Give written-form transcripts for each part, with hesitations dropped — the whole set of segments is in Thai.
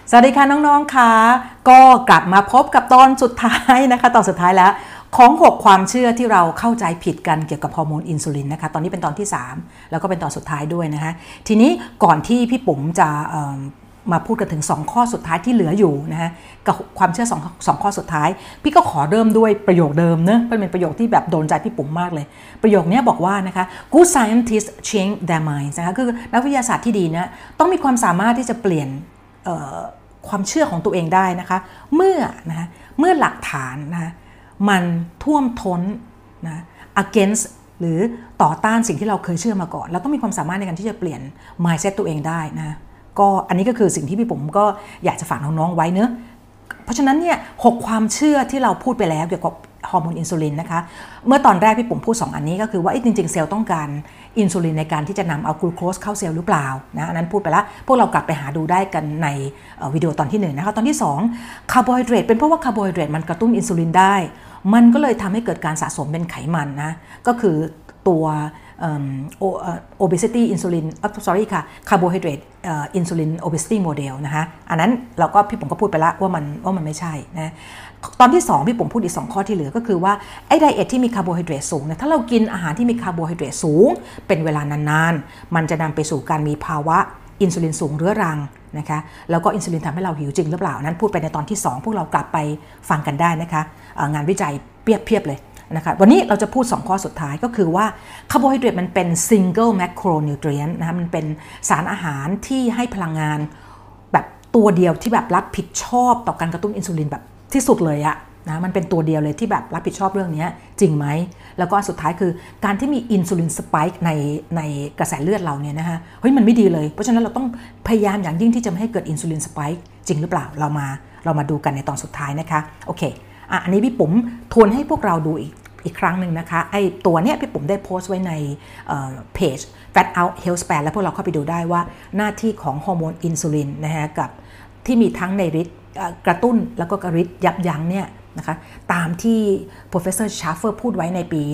สวัสดีค่ะน้องๆค่ะก็กลับมาพบกับตอนสุดท้ายนะคะตอนสุดท้ายแล้วของ6ความเชื่อที่เราเข้าใจผิดกันเกี่ยวกับฮอร์โมนอินซูลินนะคะตอนนี้เป็นตอนที่3แล้วก็เป็นตอนสุดท้ายด้วยนะคะทีนี้ก่อนที่พี่ปุ๋มจะมาพูดกันถึง2ข้อสุดท้ายที่เหลืออยู่นะฮะกับความเชื่อ2ข้อสุดท้ายพี่ก็ขอเริ่มด้วยประโยคเดิมเนะเป็นประโยคที่แบบโดนใจพี่ปุ๋มมากเลยประโยคนี้บอกว่านะคะ Good scientists change their minds นะคะคือนักวิทยาศาสตร์ที่ดีนะต้องมีความสามารถที่จะเปลี่ยนความเชื่อของตัวเองได้นะคะเมื่อหลักฐานนะมันท่วมท้นนะ against หรือต่อต้านสิ่งที่เราเคยเชื่อมาก่อนเราต้องมีความสามารถในการที่จะเปลี่ยน mindset ตัวเองได้นะก็อันนี้ก็คือสิ่งที่พี่ผมก็อยากจะฝากน้องๆไว้เนอะเพราะฉะนั้นเนี่ย6ความเชื่อที่เราพูดไปแล้วเกี่ยวกับฮอร์โมนอินซูลินนะคะเมื่อตอนแรกพี่ผมพูด2อันนี้ก็คือว่าจริงๆเซลล์ต้องการอินซูลินในการที่จะนำเอากลูโคสเข้าเซลล์หรือเปล่านะอันนั้นพูดไปแล้วพวกเรากลับไปหาดูได้กันในวิดีโอตอนที่1นะคะตอนที่2คาร์โบไฮเดรตเป็นเพราะว่าคาร์โบไฮเดรตมันกระตุ้นอินซูลินได้มันก็เลยทำให้เกิดการสะสมเป็นไขมันนะก็คือตัวobesity insulin sorry ค่ะ carbohydrate insulin obesity model นะคะอันนั้นเราก็พี่ผมก็พูดไปแล้วว่ามันไม่ใช่นะตอนที่2พี่ผมพูดอีก2ข้อที่เหลือก็คือว่าไอ้ไดเอทที่มีคาร์โบไฮเดรตสูงเนี่ยถ้าเรากินอาหารที่มีคาร์โบไฮเดรตสูงเป็นเวลานานๆมันจะนำไปสู่การมีภาวะอินซูลินสูงเรื้อรังนะคะแล้วก็อินซูลินทำให้เราหิวจริงหรือเปล่านั้นพูดไปในตอนที่2พวกเรากลับไปฟังกันได้นะคะงานวิจัยเพียบเลยนะคะวันนี้เราจะพูด2ข้อสุดท้ายก็คือว่าคาร์โบไฮเดรตมันเป็น single macronutrient นะคะมันเป็นสารอาหารที่ให้พลังงานแบบตัวเดียวที่แบบรับผิดชอบต่อการกระตุ้นอินซูลินแบบที่สุดเลยอะนะมันเป็นตัวเดียวเลยที่แบบรับผิดชอบเรื่องนี้จริงไหมแล้วก็สุดท้ายคือการที่มีอินซูลินสไปค์ในกระแสเลือดเราเนี่ยนะคะเฮ้ยมันไม่ดีเลยเพราะฉะนั้นเราต้องพยายามอย่างยิ่งที่จะไม่ให้เกิดอินซูลินสไปค์จริงหรือเปล่าเรามาดูกันในตอนสุดท้ายนะคะโอเคอันนี้พี่ปุ๋มทวนให้พวกเราดูอีกครั้งหนึ่งนะคะไอ้ตัวเนี้ยพี่ปุ๋มได้โพสต์ไว้ในเพจ Fat Out Health Span แล้วพวกเราเข้าไปดูได้ว่าหน้าที่ของฮอร์โมนอินซูลินนะฮะกับที่มีทั้งในฤทธิ์กระตุ้นแล้วก็ฤทธิ์ยับยั้งเนี่ยนะคะตามที่ Professor Schaffer พูดไว้ในปี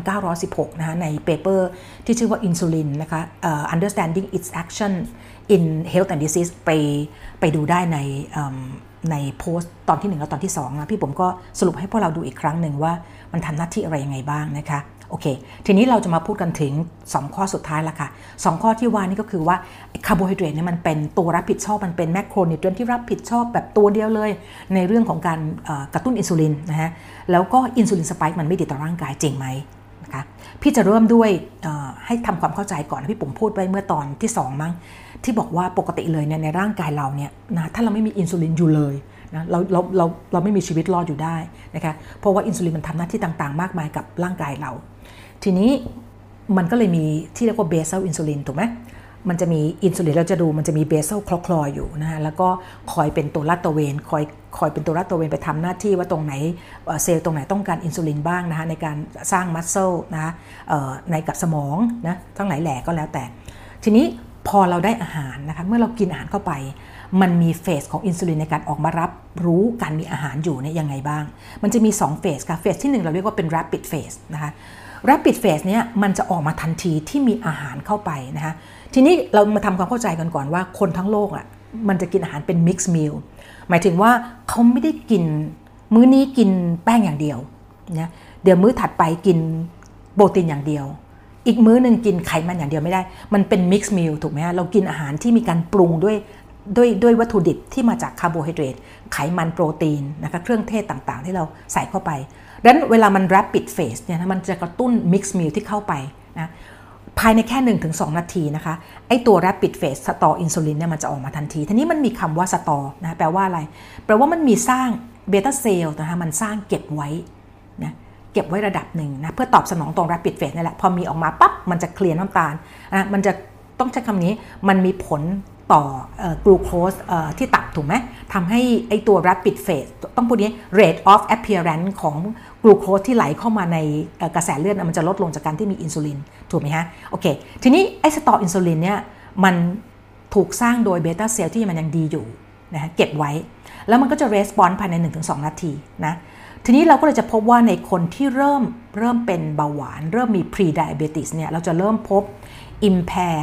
1916 นะคะในเปเปอร์ที่ชื่อว่า Insulin นะคะ Understanding its action in Health and Disease ไปดูได้ในโพสต์ตอนที่1และตอนที่2นะพี่ผมก็สรุปให้พวกเราดูอีกครั้งหนึ่งว่ามันทำหน้าที่อะไรยังไงบ้างนะคะโอเคทีนี้เราจะมาพูดกันถึง2ข้อสุดท้ายละค่ะ2ข้อที่ว่านี่ก็คือว่าคาร์โบไฮเดรตเนี่ยมันเป็นตัวรับผิดชอบมันเป็นแมคโครนิวเทรียนที่รับผิดชอบแบบตัวเดียวเลยในเรื่องของการกระตุ้นอินซูลินนะฮะแล้วก็อินซูลินสไปค์มันไม่ดีต่อร่างกายจริงไหมนะคะพี่จะเริ่มด้วยให้ทำความเข้าใจก่อนพี่ผมพูดไปเมื่อตอนที่2มั้งที่บอกว่าปกติเลยในร่างกายเราเนี่ยนะถ้าเราไม่มีอินซูลินอยู่เลยนะเราไม่มีชีวิตรอดอยู่ได้นะคะเพราะว่าอินซูลินมันทำหน้าที่ต่างๆมากมายกับร่างกายเราทีนี้มันก็เลยมีที่เรียกว่าเบซัลอินซูลินถูกไหมมันจะมีอินซูลินเราจะดูมันจะมีเบซัลคลออยู่นะฮะแล้วก็คอยเป็นตัวลาดตระเวนคอยเป็นตัวลาดตระเวนไปทำหน้าที่ว่าตรงไหนเซลล์ตรงไหนต้องการอินซูลินบ้างนะฮะในการสร้างมัสเซลนะในกับสมองนะทั้งหลายแหล่ก็แล้วแต่ทีนี้พอเราได้อาหารนะคะเมื่อเรากินอาหารเข้าไปมันมีเฟสของอินซูลินในการออกมารับรู้การมีอาหารอยู่เนี่ยยังไงบ้างมันจะมี2เฟสค่ะเฟสที่1เราเรียกว่าเป็น rapid phase นะคะ rapid phase เนี่ยมันจะออกมาทันทีที่มีอาหารเข้าไปนะคะทีนี้เรามาทำความเข้าใจกันก่อนว่าคนทั้งโลกอ่ะมันจะกินอาหารเป็น mixed meal หมายถึงว่าเขาไม่ได้กินมื้อนี้กินแป้งอย่างเดียวนะเดี๋ยวมื้อถัดไปกินโปรตีนอย่างเดียวอีกมื้อนึงกินไขมันอย่างเดียวไม่ได้มันเป็น mixed meal ถูกไหมฮะเรากินอาหารที่มีการปรุงด้วยวัตถุดิบที่มาจากคาร์โบไฮเดรตไขมันโปรตีนนะคะเครื่องเทศต่างๆที่เราใส่เข้าไปดังนั้นเวลามัน rapid phase เนี่ยมันจะกระตุ้น mixed meal ที่เข้าไปนะภายในแค่ 1-2 นาทีนะคะไอตัว rapid phase สตอร์อินซูลินเนี่ยมันจะออกมาทันทีทีนี้มันมีคำว่าสตอร์นะแปลว่าอะไรแปลว่ามันมีสร้างเบต้าเซลล์นะคะมันสร้างเก็บไว้นะเก็บไว้ระดับหนึ่งนะเพื่อตอบสนองตรง rapid phase นี่แหละพอมีออกมาปั๊บมันจะเคลียร์น้ำตาลนะมันจะต้องใช้คำนี้มันมีผลต่อกลูโคสที่ตับถูกไหมทำให้ไอตัว rapid phase ต้องพูดนี้ rate of appearance ของกลูโคสที่ไหลเข้ามาในกระแสเลือดมันจะลดลงจากการที่มีอินซูลินถูกไหมฮะโอเคทีนี้ไอสตอร์อินซูลินเนี่ยมันถูกสร้างโดยเบต้าเซลล์ที่มันยังดีอยู่นะฮะเก็บไว้แล้วมันก็จะ response ภายใน 1-2 นาทีนะทีนี้เราก็เลยจะพบว่าในคนที่เริ่มเป็นเบาหวานเริ่มมี pre diabetes เนี่ยเราจะเริ่มพบ impair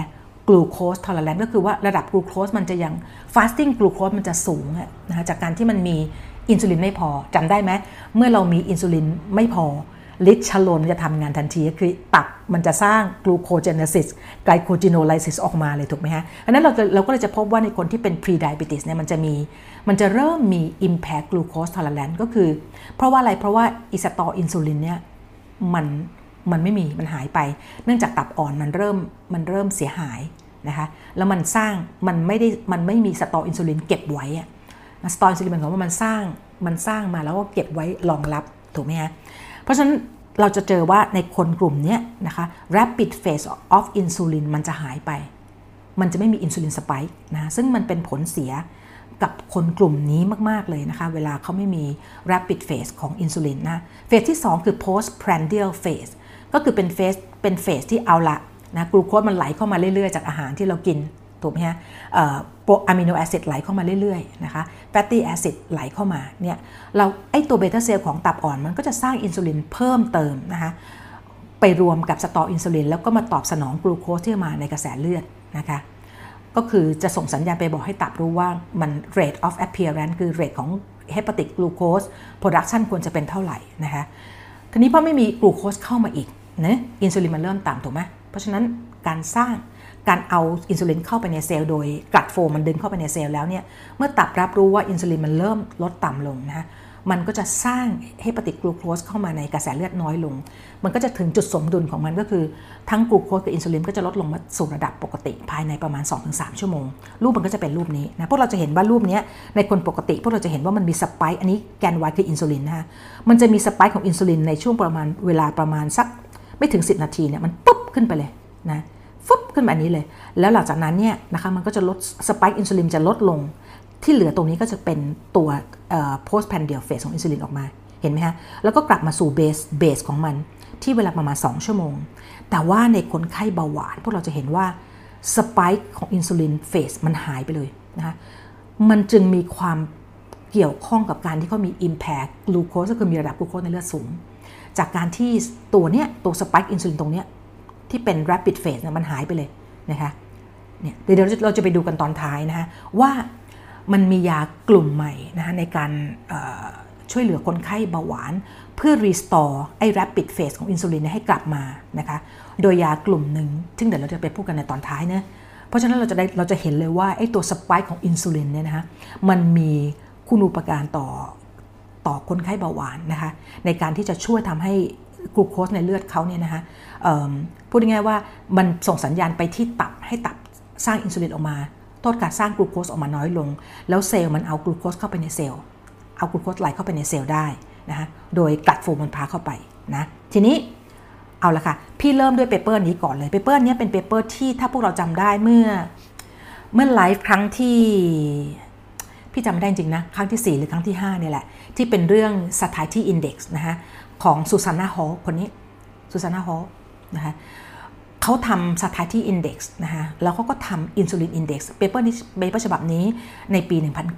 glucose tolerance ก็คือว่าระดับ glucose มันจะยัง fasting glucose มันจะสูงนะคะจากการที่มันมีอินซูลินไม่พอจำได้ไหมเมื่อเรามีอินซูลินไม่พอฤทธิ์ชโลนจะทำงานทันทีก็คือตับมันจะสร้าง glucogenesis glycogenolysis ออกมาเลยถูกไหมฮะอันนั้นเราก็เลยจะพบว่าในคนที่เป็น pre-diabetes เนี่ยมันจะเริ่มมี impact glucose tolerance ก็คือเพราะว่าอะไรเพราะว่าอิสตออินซูลินเนี่ยมันไม่มีมันหายไปเนื่องจากตับอ่อนมันเริ่มเสียหายนะคะแล้วมันไม่มีสตออินซูลินเก็บไว้สตออินซูลินหมายความว่ามันสร้างมาแล้วก็เก็บไว้รองรับถูกไหมฮะเพราะฉะนั้นเราจะเจอว่าในคนกลุ่มนี้นะคะ rapid phase of insulin มันจะหายไปมันจะไม่มีอินซูลินสไปค์นะซึ่งมันเป็นผลเสียกับคนกลุ่มนี้มากๆเลยนะคะเวลาเขาไม่มี rapid phase ของอินซูลินนะเฟสที่2คือ postprandial phase ก็คือเป็นเฟสที่เอาละนะกลูโคสมันไหลเข้ามาเรื่อยๆจากอาหารที่เรากินถูกไหมฮะอะมิโนแอซิดไหลเข้ามาเรื่อยๆนะคะแฟตตี้แอซิดไหลเข้ามาเนี่ยไอตัวเบต้าเซลล์ของตับอ่อนมันก็จะสร้างอินซูลินเพิ่มเติมนะคะไปรวมกับสตออินซูลินแล้วก็มาตอบสนองกลูโคสที่มาในกระแสเลือดนะคะก็คือจะส่งสัญญาณไปบอกให้ตับรู้ว่ามัน rate of appearance คือ rate ของ hepatic glucose production ควรจะเป็นเท่าไหร่นะคะทีนี้พอไม่มีกลูโคสเข้ามาอีกนะอินซูลินมันเริ่มต่ำถูกไหมเพราะฉะนั้นการเอาอินซูลินเข้าไปในเซลล์โดยกลัดโฟมมันดึงเข้าไปในเซลล์แล้วเนี่ยเมื่อตับรับรู้ว่าอินซูลินมันเริ่มลดต่ำลงนะมันก็จะสร้างเฮปาติกกลูโคสเข้ามาในกระแสเลือดน้อยลงมันก็จะถึงจุดสมดุลของมันก็คือทั้งกลูโคสกับอินซูลินก็จะลดลงมาสู่ระดับปกติภายในประมาณ 2-3 ชั่วโมงรูปมันก็จะเป็นรูปนี้นะพวกเราจะเห็นว่ารูปนี้ในคนปกติพวกเราจะเห็นว่ามันมีสไปค์อันนี้แกน Y คืออินซูลินนะคะมันจะมีสไปค์ของอินซูลินในช่วงเวลาประมาณสักไม่ถึง10 นาทีเนี่ยมันปุ๊บขึ้นไปเลยนะฟึบขึ้นแบบนี้เลยแล้วหลังจากนั้นเนี่ยนะคะมันก็จะลดสไปค์อินซูลินจะลดลงที่เหลือตรงนี้ก็จะเป็นตัวpostprandial phase ของอินซูลินออกมาเห็นไหมฮะแล้วก็กลับมาสู่เบสของมันที่เวลาประมาณ2 ชั่วโมงแต่ว่าในคนไข้เบาหวานพวกเราจะเห็นว่าสไปค์ของอินซูลินเฟสมันหายไปเลยนะคะมันจึงมีความเกี่ยวข้องกับการที่เขามี impact กลูโคสก็คือมีระดับกลูโคสในเลือดสูงจากการที่ตัวสไปค์อินซูลินตรงเนี้ยที่เป็น rapid phase เนี่ยมันหายไปเลยนะคะเนี่ยเดี๋ยวเราจะไปดูกันตอนท้ายนะคะว่ามันมียากลุ่มใหม่นะคะในการช่วยเหลือคนไข้เบาหวานเพื่อ restore ไอ้ rapid phase ของอินซูลินให้กลับมานะคะโดยยากลุ่มหนึ่งซึ่งเดี๋ยวเราจะไปพูดกันในตอนท้ายนะเพราะฉะนั้นเราจะเห็นเลยว่าไอ้ตัว spike ของอินซูลินเนี่ยนะคะมันมีคุณูปการต่อคนไข้เบาหวานนะคะในการที่จะช่วยทำให้กลูโคสในเลือดเขาเนี่ยนะคะพูดง่ายๆว่ามันส่งสัญญาณไปที่ตับให้ตับสร้างอินซูลินออกมาโทษการสร้างกลูโคสออกมาน้อยลงแล้วเซลล์มันเอากลูโคสเข้าไปในเซลล์เอากลูโคสไหลเข้าไปในเซลล์ได้นะคะโดยกลัดโฟมมันพาเข้าไปนะทีนี้เอาละค่ะพี่เริ่มด้วยเปเปอร์นี้ก่อนเลยเปเปอร์นี้เป็นเปเปอร์ที่ถ้าพวกเราจำได้เมื่อไลฟ์ครั้งที่พี่จำไม่ได้จริงนะครั้งที่4หรือครั้งที่5เนี่ยแหละที่เป็นเรื่อง Satiety Index นะคะของซูซาน่าฮอลคนนี้ซูซาน่าฮอลนะคะเขาทำ Satiety Index นะคะแล้วเขาก็ทำ Insulin Index เปเปอร์ฉบับนี้ในปี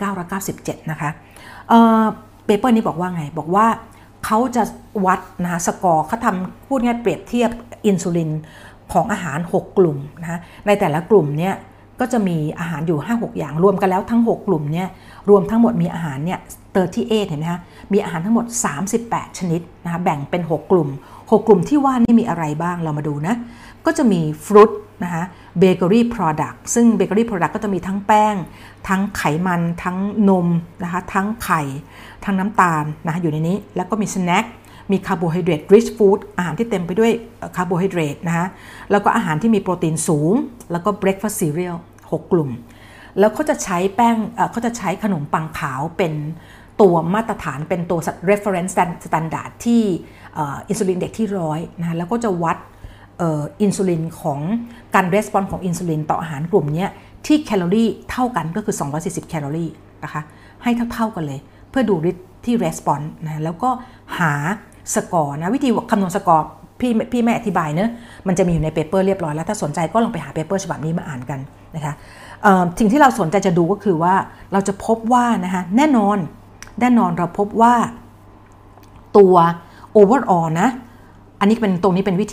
1997 นะคะเปเปอร์นี้บอกว่าไงบอกว่าเขาจะวัดนะคะสกอร์เขาทำพูดง่ายเปรียบเทียบอินซูลินของอาหาร6 กลุ่มนะคะในแต่ละกลุ่มเนี่ยก็จะมีอาหารอยู่ 5-6 อย่างรวมกันแล้วทั้ง6 กลุ่มเนี่ยรวมทั้งหมดมีอาหารเนี่ย38เห็นไหมคะมีอาหารทั้งหมด38ชนิดนะคะแบ่งเป็น6 กลุ่มที่ว่านี่มีอะไรบ้างเรามาดูนะก็จะมีฟรุตนะคะเบเกอรี่โปรดักต์ซึ่งเบเกอรี่โปรดักต์ก็จะมีทั้งแป้งทั้งไขมันทั้งนมนะคะทั้งไข่ทั้งน้ำตาลนะคะอยู่ในนี้แล้วก็มีสแน็คมีคาร์โบไฮเดรต rich food อาหารที่เต็มไปด้วยคาร์โบไฮเดรตนะคะแล้วก็อาหารที่มีโปรตีนสูงแล้วก็ breakfast cereal 6 กลุ่มแล้วเขาจะใช้เขาจะใช้ขนมปังขาวเป็นตัวมาตรฐานเป็นตัว reference standard ที่อินซูลินเด็กที่100นะคะแล้วก็จะวัดอินซูลินของการรีสปอนส์ของอินซูลินต่ออาหารกลุ่มนี้ที่แคลอรี่เท่ากันก็คือ240แคลอรี่นะคะให้เท่ากันเลยเพื่อดูฤทธิ์ที่รีสปอนส์นะแล้วก็หาสกอร์นะวิธีคำนวณสกอร์พี่ไม่อธิบายเนอะมันจะมีอยู่ในเปเปอร์เรียบร้อยแล้วถ้าสนใจก็ลองไปหาเปเปอร์ฉบับนี้มาอ่านกันนะคะสิ่งที่เราสนใจจะดูก็คือว่าเราจะพบว่านะคะแน่นอนเราพบว่าตัว overall นะอันนี้เป็นตรงนี้เป็นวิธี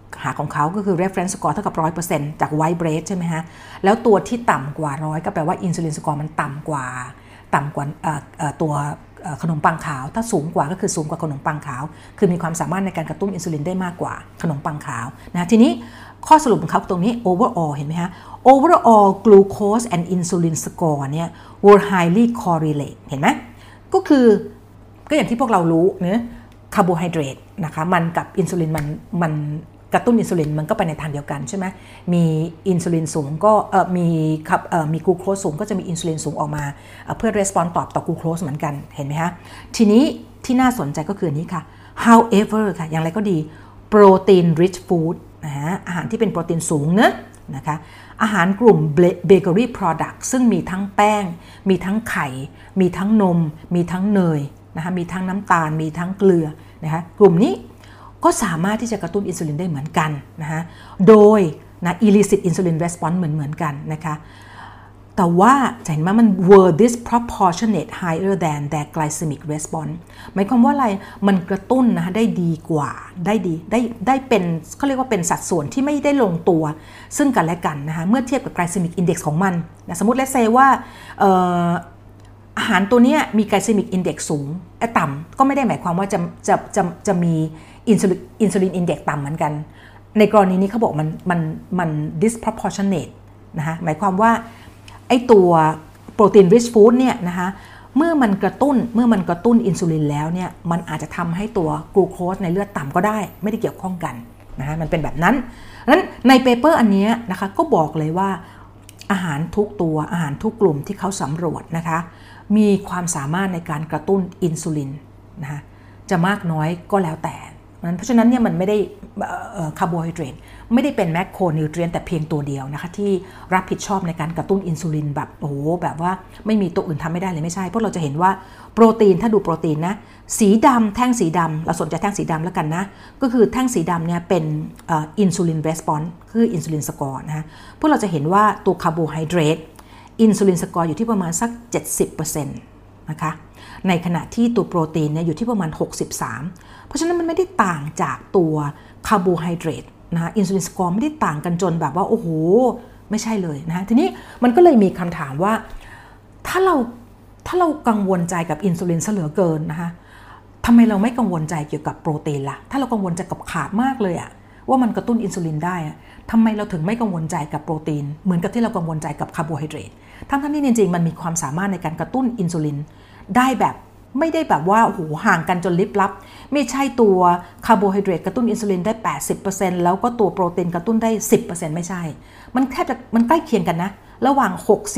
หาของเขาก็คือ reference score เท่ากับ 100% จาก white bread ใช่ไหมฮะแล้วตัวที่ต่ำกว่า100ก็แปลว่า insulin score มันต่ำกว่าตัวขนมปังขาวถ้าสูงกว่าก็คือสูงกว่าขนมปังขาวคือมีความสามารถในการกระตุ้นอินซูลินได้มากกว่าขนมปังขาวนะทีนี้ข้อสรุปของเขาตรงนี้ overall เห็นไหมฮะ overall glucose and insulin score เนี่ย were highly correlate เห็นไหมก็คือก็อย่างที่พวกเรารู้เนะคาร์โบไฮเดรตนะคะมันกับอินซูลินมันกระตุ้นอินซูลินมันก็ไปในทางเดียวกันใช่ไหมมีอินซูลินสูงก็มีกลูโคสสูงก็จะมีอินซูลินสูงออกมาเพื่อรีสปอนส์ตอบต่อกลูโคสเหมือนกันเห็นไหมฮะทีนี้ที่น่าสนใจก็คือนี้ค่ะ however ค่ะอย่างไรก็ดีโปรตีน rich food นะฮะอาหารที่เป็นโปรตีนสูงนะคะอาหารกลุ่มเบเกอรี่ product ซึ่งมีทั้งแป้งมีทั้งไข่มีทั้งนมมีทั้งเนยนะคะมีทั้งน้ำตาลมีทั้งเกลือนะคะกลุ่มนี้ก็สามารถที่จะกระตุ้นอินซูลินได้เหมือนกันนะฮะโดยนะ elicit insulin response เหมือนกันนะคะแต่ว่าจะเห็นว่ามัน were disproportionate higher than their glycemic response หมายความว่าอะไรมันกระตุ้นนะคะได้ดีกว่าได้เป็นเขาเรียกว่าเป็นสัดส่วนที่ไม่ได้ลงตัวซึ่งกันและกันนะคะเมื่อเทียบกับ glycemic index ของมันนะสมมติ let's say ว่าอาหารตัวนี้มี glycemic index สูงต่ำก็ไม่ได้หมายความว่าจะมีอินซูลินอินเด็กซ์ต่ำเหมือนกันในกรณีนี้เขาบอกมัน disproportionate นะคะหมายความว่าไอตัวโปรตีน rich food เนี่ยนะคะเมื่อมันกระตุ้นอินซูลินแล้วเนี่ยมันอาจจะทำให้ตัวกลูโคสในเลือดต่ำก็ได้ไม่ได้เกี่ยวข้องกันนะคะมันเป็นแบบนั้นในเปเปอร์อันนี้นะคะก็บอกเลยว่าอาหารทุกตัวอาหารทุกกลุ่มที่เขาสำรวจนะคะมีความสามารถในการกระตุ้นอินซูลินนะคะจะมากน้อยก็แล้วแต่เพราะฉะนั้นเนี่ยมันไม่ได้คาร์โบไฮเดรตไม่ได้เป็นแมคโครนิวเทรียนต์แต่เพียงตัวเดียวนะคะที่รับผิดชอบในการกระตุ้นอินซูลินแบบโอ้โหแบบว่าไม่มีตัวอื่นทำไม่ได้เลยไม่ใช่เพราะเราจะเห็นว่าโปรตีนถ้าดูโปรตีนนะสีดำแท่งสีดำเราสนใจแท่งสีดำแล้วกันนะก็คือแท่งสีดำเนี่ยเป็นอินซูลินรีสปอนส์คืออินซูลินสกอร์นะฮะพวกเราจะเห็นว่าตัวคาร์โบไฮเดรตอินซูลินสกอร์อยู่ที่ประมาณสัก 70% นะคะในขณะที่ตัวโปรตีนเนี่ยอยู่ที่ประมาณ 63%เพราะฉะนั้นมันไม่ได้ต่างจากตัวคาร์โบไฮเดรตนะอินซูลินสกอร์ไม่ได้ต่างกันจนแบบว่าโอ้โหไม่ใช่เลยนะทีนี้มันก็เลยมีคำถามว่าถ้าเรากังวลใจกับอินซูลินซะเหลือเกินนะคะทำไมเราไม่กังวลใจเกี่ยวกับโปรตีนล่ะถ้าเรากังวลใจกับขาดมากเลยอะว่ามันกระตุ้นอินซูลินได้ทำไมเราถึงไม่กังวลใจกับโปรตีนเหมือนกับที่เรากังวลใจกับคาร์โบไฮเดรตทั้งที่จริงๆมันมีความสามารถในการกระตุ้นอินซูลินได้แบบไม่ได้แบบว่าโอ้โหห่างกันจนลิบลับไม่ใช่ตัวคาร์โบไฮเดรตกระตุ้นอินซูลินได้ 80% แล้วก็ตัวโปรตีนกระตุ้นได้ 10% ไม่ใช่มันแทบจะมันใกล้เคียงกันนะระหว่าง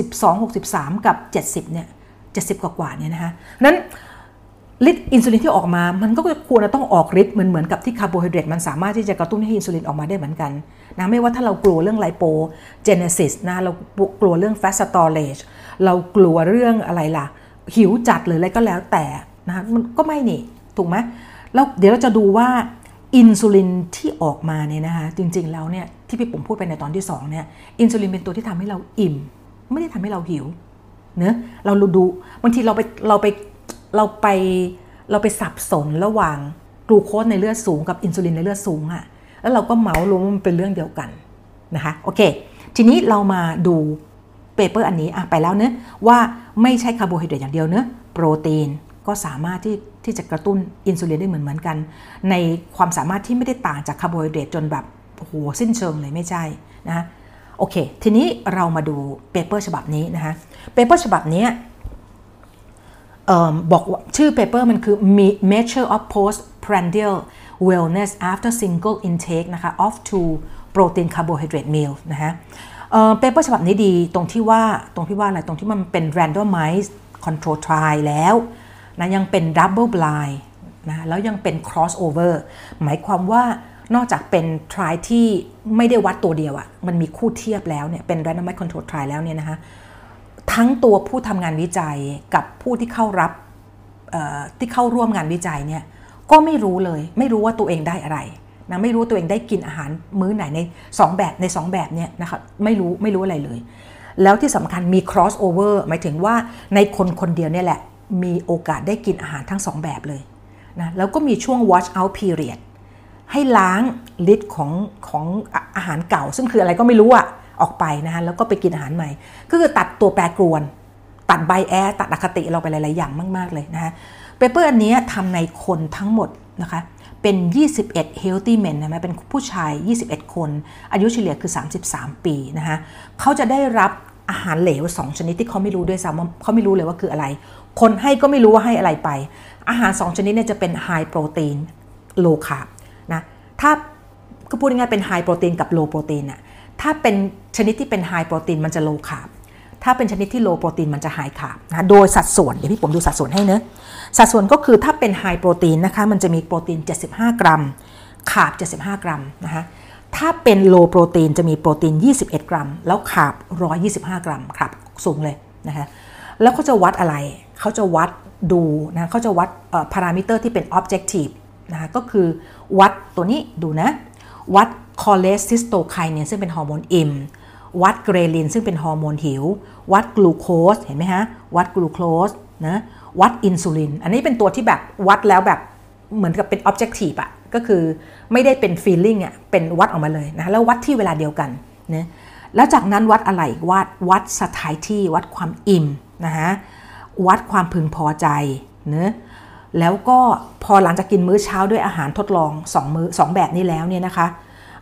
62-63กับ70เนี่ย70กว่าเนี่ยนะคะนั้นฤทธิ์อินซูลินที่ออกมามันก็ควรจะต้องออกฤทธิ์เหมือนกับที่คาร์โบไฮเดรตมันสามารถที่จะกระตุ้นให้อินซูลินออกมาได้เหมือนกันนะไม่ว่าถ้าเรากลัวเรื่องไลโปเจเนซิสนะเรากลัวเรื่องแฟตสตอเรจเรากลัวเรื่องอะไรล่ะหิวจัดหรืออะไรก็แล้วแต่นะมันก็ไม่นี่ถูกไหมแล้วเดี๋ยวเราจะดูว่าอินซูลินที่ออกมาเนี่ยนะคะจริงๆแล้วเนี่ยที่พี่ปุ๋มพูดไปในตอนที่2เนี่ยอินซูลินเป็นตัวที่ทำให้เราอิ่มไม่ได้ทำให้เราหิวเนอะเราดูบางทีเราไปสับสนระหว่างกลูโคสในเลือดสูงกับอินซูลินในเลือดสูงอะแล้วเราก็เหมารวมว่ามันเป็นเรื่องเดียวกันนะคะโอเคทีนี้เรามาดูเปเปอร์อันนี้ไปแล้วเนอะว่าไม่ใช่คาร์โบไฮเดรตอย่างเดียวเนอะโปรตีนก็สามารถที่จะกระตุ้นอินซูลินได้เหมือนกันในความสามารถที่ไม่ได้ต่างจากคาร์โบไฮเดรตจนแบบโอ้โหสิ้นเชิงเลยไม่ใช่นะโอเคทีนี้เรามาดูเปเปอร์ฉบับนี้นะคะเปเปอร์ฉบับนี้บอกว่าชื่อเปเปอร์มันคือ Measure of Postprandial Wellness After Single Intake นะคะ of 2 Protein Carbohydrate Meal นะคะเปเปอร์ฉบับนี้ดีตรงที่ว่าอะไรตรงที่มันเป็น randomized control trial แล้วนะยังเป็น double blind นะแล้วยังเป็น crossover หมายความว่านอกจากเป็น trial ที่ไม่ได้วัดตัวเดียวมันมีคู่เทียบแล้วเนี่ยเป็น randomized control trial แล้วเนี่ยนะคะทั้งตัวผู้ทำงานวิจัยกับผู้ที่เข้าร่วมงานวิจัยเนี่ยก็ไม่รู้เลยไม่รู้ว่าตัวเองได้อะไรนะไม่รู้ตัวเองได้กินอาหารมื้อไหนใน2แบบเนี่ยนะคะไม่รู้อะไรเลยแล้วที่สำคัญมี cross over หมายถึงว่าในคนเดียวเนี่ยแหละมีโอกาสได้กินอาหารทั้ง2แบบเลยนะแล้วก็มีช่วง watch out period ให้ล้างฤทธิ์ของอาหารเก่าซึ่งคืออะไรก็ไม่รู้ออกไปนะคะแล้วก็ไปกินอาหารใหม่ก็คือตัดตัวแปรกรวนตัดไบแอสตัดอคติเราไปหลายๆอย่างมากๆเลยนะคะเปเปอร์อันนี้ทำในคนทั้งหมดนะคะเป็น21 healthy men นะเป็นผู้ชาย21คนอายุเฉลี่ยคือ33ปีนะคะเขาจะได้รับอาหารเหลว2ชนิดที่เขาไม่รู้ด้วยซ้ำว่าเขาไม่รู้เลยว่าคืออะไรคนให้ก็ไม่รู้ว่าให้อะไรไปอาหาร2ชนิดเนี่ยจะเป็น high protein low carb นะถ้าก็พูดง่ายๆเป็น high protein กับ low protein น่ะถ้าเป็นชนิดที่เป็น high protein มันจะ low carb ถ้าเป็นชนิดที่ low protein มันจะ high carb นะโดยสัดส่วนเดี๋ยวพี่ผมดูสัดส่วนให้เนอะสัดส่วนก็คือถ้าเป็น high protein นะคะมันจะมีโปรตีน75 กรัมคาร์บ75 กรัมนะคะถ้าเป็น low protein จะมีโปรตีน21 กรัมแล้วคาร์บ125 กรัมคาร์บสูงเลยนะคะแล้วเขาจะวัดอะไรเขาจะวัดดูนะเขาจะวัดพารามิเตอร์ที่เป็น objective นะคะก็คือวัดตัวนี้ดูนะวัดคอเลสซิสโตไคเนนซึ่งเป็นฮอร์โมนอิ่มวัดเกรลินซึ่งเป็นฮอร์โมนหิววัดกลูโคสเห็นไหมฮะวัดกลูโคสนะวัดอินซูลินอันนี้เป็นตัวที่แบบวัดแล้วแบบเหมือนกับเป็น objective ก็คือไม่ได้เป็น feeling เป็นวัดออกมาเลยนะแล้ววัดที่เวลาเดียวกันนะแล้วจากนั้นวัดอะไรวัด satiety วัดความอิ่มนะฮะวัดความพึงพอใจนะแล้วก็พอหลังจากกินมื้อเช้าด้วยอาหารทดลอง2แบบนี้แล้วเนี่ยนะคะ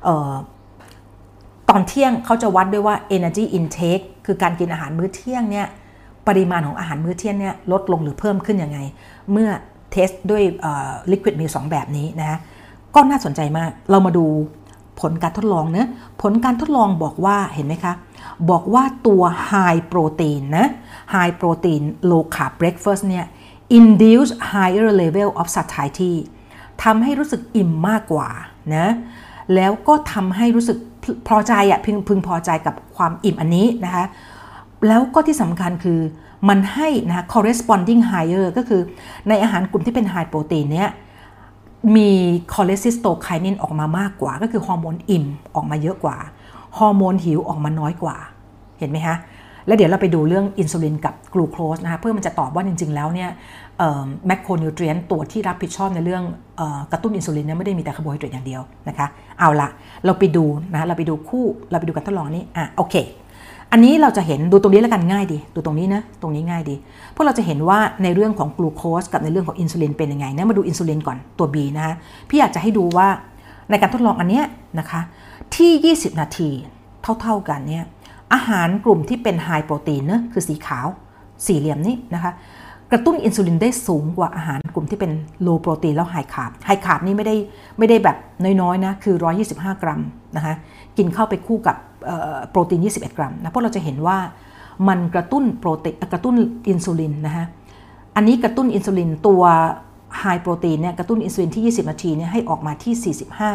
ตอนเที่ยงเขาจะวัดด้วยว่า energy intake คือการกินอาหารมื้อเที่ยงเนี่ยปริมาณของอาหารมื้อเที่ยงเนี่ยลดลงหรือเพิ่มขึ้นยังไงเมื่อเทสด้วยliquid meal 2แบบนี้นะก็น่าสนใจมากเรามาดูผลการทดลองเนะผลการทดลองบอกว่าเห็นไหมคะบอกว่าตัว high protein นะ high protein low carb breakfast เนี่ย induce higher level of satiety ทำให้รู้สึกอิ่มมากกว่านะแล้วก็ทำให้รู้สึกพอใจพึงพอใจกับความอิ่มอันนี้นะคะแล้วก็ที่สำคัญคือมันให้นะ corresponding higher ก็คือในอาหารกลุ่มที่เป็น high protein เนี่ยมีคอเลสเตอรอลไคนินออกมามากกว่าก็คือฮอร์โมนอิ่มออกมาเยอะกว่าฮอร์โมนหิวออกมาน้อยกว่าเห็นไหมคะแล้วเดี๋ยวเราไปดูเรื่องอินซูลินกับกลูโคสนะคะเพื่อมันจะตอบว่าจริงๆแล้วเนี่ยแมคโครนิวเทรียนต์ตัวที่รับผิดชอบในเรื่องกระตุ้นอินซูลินเนี่ยไม่ได้มีแต่คาร์โบไฮเดรตอย่างเดียวนะคะเอาละเราไปดูนะเราไปดูการทดลองนี้โอเคอันนี้เราจะเห็นดูตรงนี้แล้วกันง่ายดีดูตรงนี้นะตรงนี้ง่ายดีพวกเราจะเห็นว่าในเรื่องของกลูโคสกับในเรื่องของอินซูลินเป็นยังไงนะมาดูอินซูลินก่อนตัว B นะคะพี่อยากจะให้ดูว่าในการทดลองอันนี้นะคะที่20นาทีเท่ากันเนี่ยอาหารกลุ่มที่เป็นไฮโปรตีนนะคือสีขาวสี่เหลี่ยมนี้นะคะกระตุ้นอินซูลินได้สูงกว่าอาหารกลุ่มที่เป็นโลโปรตีนแล้วไฮคาร์บนี่ไม่ได้แบบน้อยๆนะคือ125 กรัมนะคะกินเข้าไปคู่กับโปรตีน21 กรัมนะเพราะเราจะเห็นว่ามันกระตุ้นกระตุ้นอินซูลินนะคะอันนี้กระตุ้นอินซูลินตัวไฮโปรตีนเนี่ยกระตุ้นอินซูลินที่20นาทีเนี่ยให้ออกมาที่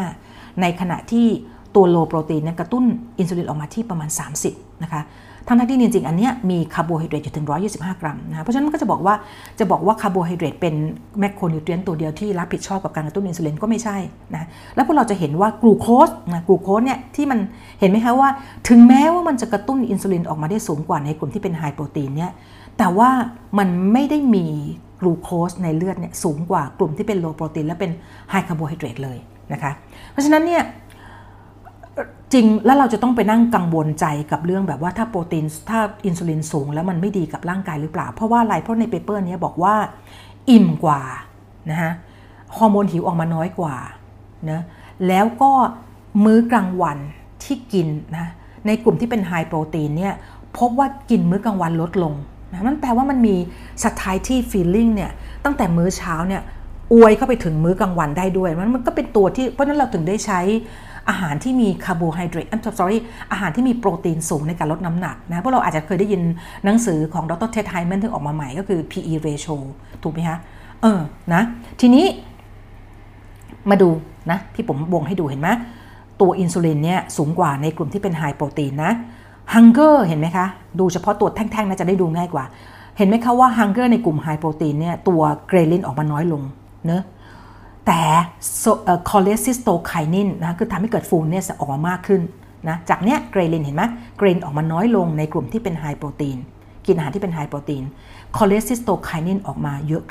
45ในขณะที่ตัวโลโปรตีนเนี่ยกระตุ้นอินซูลินออกมาที่ประมาณ30นะคะทั้งที่จริงๆอันเนี้ยมีคาร์โบไฮเดรตอยู่ถึง125 กรัมนะเพราะฉะนั้นมันก็จะบอกว่าคาร์โบไฮเดรตเป็นแมคโครนิวเทรียนต์ตัวเดียวที่รับผิดชอบกับการกระตุ้นอินซูลินก็ไม่ใช่นะแล้วพวกเราจะเห็นว่ากลูโคสเนี่ยที่มันเห็นไหมคะว่าถึงแม้ว่ามันจะกระตุ้นอินซูลินออกมาได้สูงกว่าในกลุ่มที่เป็นไฮโปรตีนเนี่ยแต่ว่ามันไม่ได้มีกลูโคสในเลือดเนี่ยสูงกว่ากลุ่มที่เป็นโลโปรตีนและเป็นไฮคาร์โบไฮเดรตเลยนะคะเพราะฉะนั้นเนี่ยจริงแล้วเราจะต้องไปนั่งกังวลใจกับเรื่องแบบว่าถ้าอินซูลินสูงแล้วมันไม่ดีกับร่างกายหรือเปล่าเพราะว่าอะไรเพราะในเปเปอร์นี้บอกว่าอิ่มกว่านะฮะฮอร์โมนหิวออกมาน้อยกว่านะแล้วก็มื้อกลางวันที่กินนะในกลุ่มที่เป็นไฮโปรตีนเนี่ยพบว่ากินมื้อกลางวันลดลงนะมันแปลว่ามันมี satiety feeling เนี่ยตั้งแต่มื้อเช้าเนี่ยอวยเข้าไปถึงมื้อกลางวันได้ด้วยมันก็เป็นตัวที่เพราะนั้นเราถึงได้ใช้อาหารที่มีคาร์โบไฮเดรตอาหารที่มีโปรตีนสูงในการลดน้ำหนักนะเพราะเราอาจจะเคยได้ยินหนังสือของดร. เท็ด ไฮแมนที่ออกมาใหม่ก็คือ PE ratio ถูกไหมคะนะทีนี้มาดูนะที่ผมวงให้ดูเห็นไหมตัวอินซูลินเนี่ยสูงกว่าในกลุ่มที่เป็นไฮโปรตีนนะฮังเกอร์เห็นไหมคะดูเฉพาะตัวแท่งๆนะจะได้ดูง่ายกว่าเห็นไหมคะว่าฮังเกอร์ในกลุ่มไฮโปรตีนเนี่ยตัวเกรลินออกมาน้อยลงเนะแต่คอเลสเตอรอลไคนินนะคือทำให้เกิดฟูลเนี่ยออกมามากขึ้นนะจากเนี้ยเกรลินเห็นไหมเกรลินออกมาน้อยลงในกลุ่มที่เป็นไฮโปรตีนกินอาหารที่เป็นไฮโปรตีนคอเลสเตอรอลไคนินออกมาเยอะขึ้น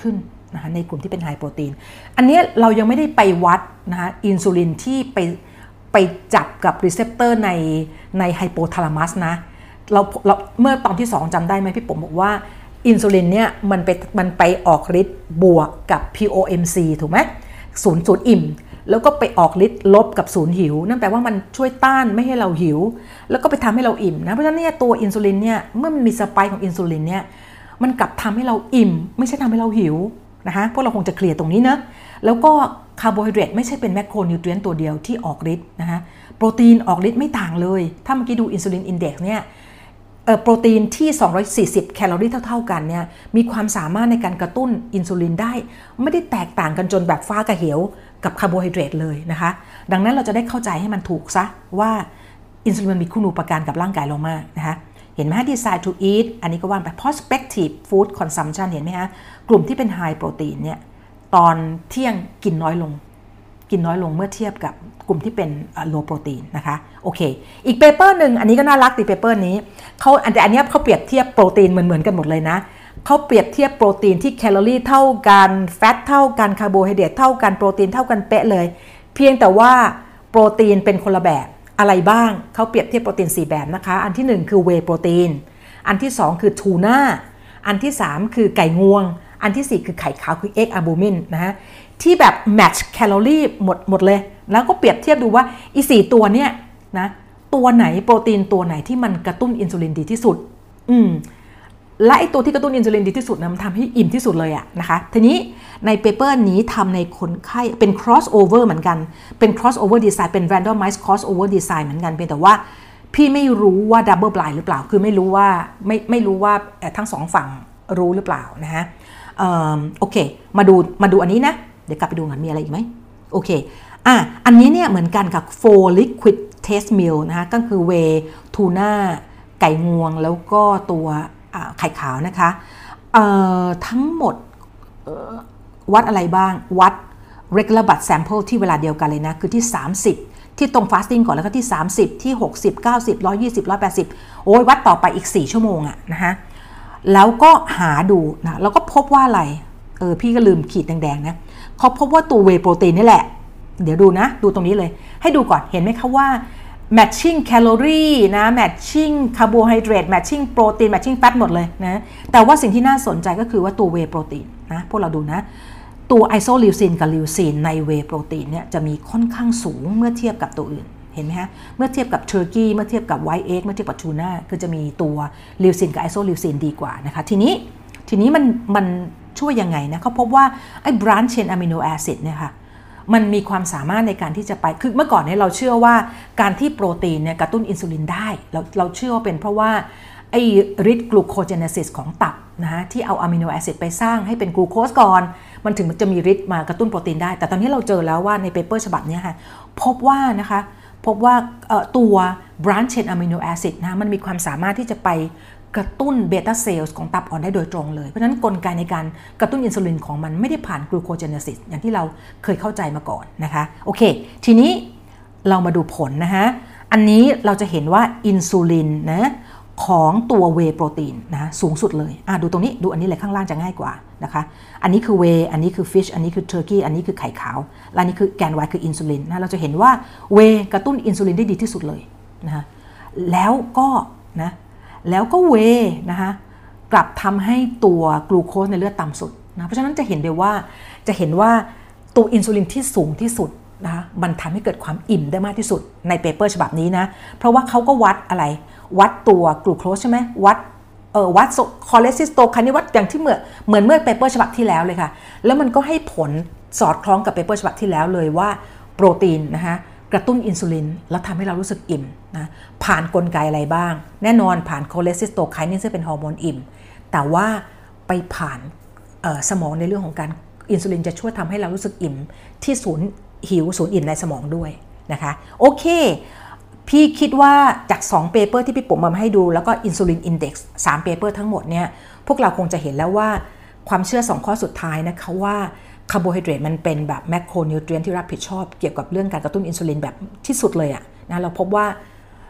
นะคะในกลุ่มที่เป็นไฮโปรตีนอันนี้เรายังไม่ได้ไปวัดนะคะอินซูลินที่ไปจับกับรีเซพเตอร์ในไฮโปทาลามัสนะเราเมื่อตอนที่2จำได้ไหมพี่ผมบอกว่าอินซูลินเนี่ยมันไปออกฤทธิ์บวกกับ POMC ถูกไหมศูนย์อิ่มแล้วก็ไปออกฤทธิ์ลบกับศูนย์หิวนั่นแปลว่ามันช่วยต้านไม่ให้เราหิวแล้วก็ไปทำให้เราอิ่มนะเพราะฉะนั้นเนี่ยตัวอินซูลินเนี่ยเมื่อมันมีสไปค์ของอินซูลินเนี่ยมันกลับทำให้เราอิ่มไม่ใช่ทำให้เราหิวนะคะพวกเราคงจะเคลียร์ตรงนี้นะแล้วก็คาร์โบไฮเดรตไม่ใช่เป็นแมคโครนิวเทรียนต์ตัวเดียวที่ออกฤทธิ์นะคะโปรตีนออกฤทธิ์ไม่ต่างเลยถ้าเมื่อกี้ดูอินซูลินอินเด็กซ์เนี่ยโปรตีนที่240แคลอรี่เท่าๆกันเนี่ยมีความสามารถในการกระตุ้นอินซูลินได้ไม่ได้แตกต่างกันจนแบบฟ้ากับเหวกับคาร์โบไฮเดรตเลยนะคะดังนั้นเราจะได้เข้าใจให้มันถูกซะว่าอินซูลินมีคุณูปการกับร่างกายเรามากนะคะเห็นไหม Decide to eat อันนี้ก็ว่าไป prospective food consumption เห็นไหมคะกลุ่มที่เป็น high protein เนี่ยตอนเที่ยงกินน้อยลงเมื่อเทียบกับกลุ่มที่เป็น low protein นะคะโอเคอีกเปเปอร์หนึ่งอันนี้ก็น่ารักดีเปเปอร์นี้แต่อันนี้เขาเปรียบเทียบโปรตีนเหมือนกันหมดเลยนะเขาเปรียบเทียบโปรตีนที่แคลอรี่เท่ากันแฟตเท่ากันคาร์โบไฮเดรตเท่ากันโปรตีนเท่ากันเป๊ะเลยเพียงแต่ว่าโปรตีนเป็นคนละแบบอะไรบ้างเขาเปรียบเทียบโปรตีน4แบบนะคะอันที่1คือเวย์โปรตีนอันที่2คือทูน่าอันที่3คือไก่งวงอันที่4คือไข่ขาวคือเอ็กอะบูมินนะฮะที่แบบแมทช์แคลอรี่หมดเลยแล้วก็เปรียบเทียบดูว่าอี4ตัวเนี่ยนะตัวไหนโปรตีนตัวไหนที่มันกระตุ้นอินซูลินดีที่สุดและไอตัวที่กระตุ้นอินซูลินดีที่สุดนะมันทำให้อิ่มที่สุดเลยอะนะคะทีนี้ในเปเปอร์นี้ทำในคนไข้เป็น crossover เหมือนกันเป็น crossover design เป็น randomized crossover design เหมือนกันเพียงแต่ว่าพี่ไม่รู้ว่า double blind หรือเปล่าคือไม่รู้ว่าทั้งสองฝั่งรู้หรือเปล่านะฮะโอเคมาดูอันนี้นะเดี๋ยวกลับไปดูกันมีอะไรอีกไหมโอเคอันนี้เนี่ยเหมือนกันค่ะ 4 liquid test meal นะคะก็คือเวย์ทูน่าไก่งวงแล้วก็ตัวไข่ขาวนะคะทั้งหมดวัดอะไรบ้างวัด regular blood sample ที่เวลาเดียวกันเลยนะคือที่30ที่ตรง fasting ก่อนแล้วก็ที่30ที่60 90 120 180โอ้ยวัดต่อไปอีก4ชั่วโมงอะนะคะแล้วก็หาดูนะแล้วก็พบว่าอะไรพี่ก็ลืมขีดแดงๆนะเขาพบว่าตัวเวย์โปรตีนนี่แหละเดี๋ยวดูนะดูตรงนี้เลยให้ดูก่อนเห็นไหมคะว่า matching แคลอรี่นะ matching คาร์โบไฮเดรต matching โปรตีน matching แฟตหมดเลยนะแต่ว่าสิ่งที่น่าสนใจก็คือว่าตัวเวย์โปรตีนนะพวกเราดูนะตัวไอโซลิวซินกับลิวซินในเวย์โปรตีนเนี่ยจะมีค่อนข้างสูงเมื่อเทียบกับตัวอื่นเห็นไหมฮะเมื่อเทียบกับเทอร์กี้เมื่อเทียบกับไวท์เอ็กเมื่อเทียบกับทูน่าคือจะมีตัวลิวซินกับไอโซลิวซินดีกว่านะคะทีนี้มันช่วยยังไงนะเขาพบว่าไอ้บรันช์เชนอะมิโนแอซิดเนี่ยค่ะมันมีความสามารถในการที่จะไปคือเมื่อก่อนเนี่ยเราเชื่อว่าการที่โปรตีนเนี่ยกระตุ้นอินซูลินได้เราเชื่อว่าเป็นเพราะว่าไอ้ฤทธิ์กลูโคเจเนซิสของตับนะฮะที่เอาอะมิโนแอซิดไปสร้างให้เป็นกลูโคสก่อนมันถึงจะมีฤทธิ์มากระตุ้นโปรตีนได้แต่ตอนนี้เราเจอแล้วว่าในเปเปอร์ฉบับนี้ค่ะพบว่าตัว branch chain amino acid นะมันมีความสามารถที่จะไปกระตุ้นเบต้าเซลล์ของตับอ่อนได้โดยตรงเลยเพราะฉะนั้นกลไกในการกระตุ้นอินซูลินของมันไม่ได้ผ่านกลูโคเจเนซิสอย่างที่เราเคยเข้าใจมาก่อนนะคะโอเคทีนี้เรามาดูผลนะฮะอันนี้เราจะเห็นว่าอินซูลินนะของตัวเวย์โปรตีนนะสูงสุดเลยดูตรงนี้ดูอันนี้เลยข้างล่างจะง่ายกว่านะคะอันนี้คือเวย์อันนี้คือฟิชอันนี้คือเทอร์กี้อันนี้คือไข่ขาวและอันนี้คือแกน Y คืออินซูลินนะเราจะเห็นว่าเวย์กระตุ้นอินซูลินได้ดีที่สุดเลยนะแล้วก็เวย์นะคะกลับทำให้ตัวกลูโคสในเลือดต่ำสุดนะเพราะฉะนั้นจะเห็นว่าตัวอินซูลินที่สูงที่สุดนะมันทำให้เกิดความอิ่มได้มากที่สุดในเปเปอร์ฉบับนี้นะเพราะว่าเขาก็วัดอะไรวัดตัวกลูโคสใช่ไหมวัดคอเลสเตอรอลคันนี้วัดอย่างที่เหมือนเมื่อเปเปอร์ฉบับที่แล้วเลยค่ะแล้วมันก็ให้ผลสอดคล้องกับเปเปอร์ฉบับที่แล้วเลยว่าโปรตีนนะคะกระตุ้นอินซูลินแล้วทำให้เรารู้สึกอิ่มนะผ่านกลไกอะไรบ้างแน่นอนผ่านคอเลสเตอรอลไคนินซึ่งเป็นฮอร์โมนอิ่มแต่ว่าไปผ่านสมองในเรื่องของการอินซูลินจะช่วยทำให้เรารู้สึกอิ่มที่ศูนย์หิวศูนย์อิ่มในสมองด้วยนะคะโอเคพี่คิดว่าจาก2เปเปอร์ที่พี่ปุ๋มมาให้ดูแล้วก็อินซูลินอินเด็กซ์3เปเปอร์ทั้งหมดเนี่ยพวกเราคงจะเห็นแล้วว่าความเชื่อ2ข้อสุดท้ายนะคะว่าคาร์โบไฮเดรตมันเป็นแบบแมคโครนิวเทรียนที่รับผิดชอบเกี่ยวกับเรื่องการกระตุ้นอินซูลินแบบที่สุดเลยอะนะเราพบว่า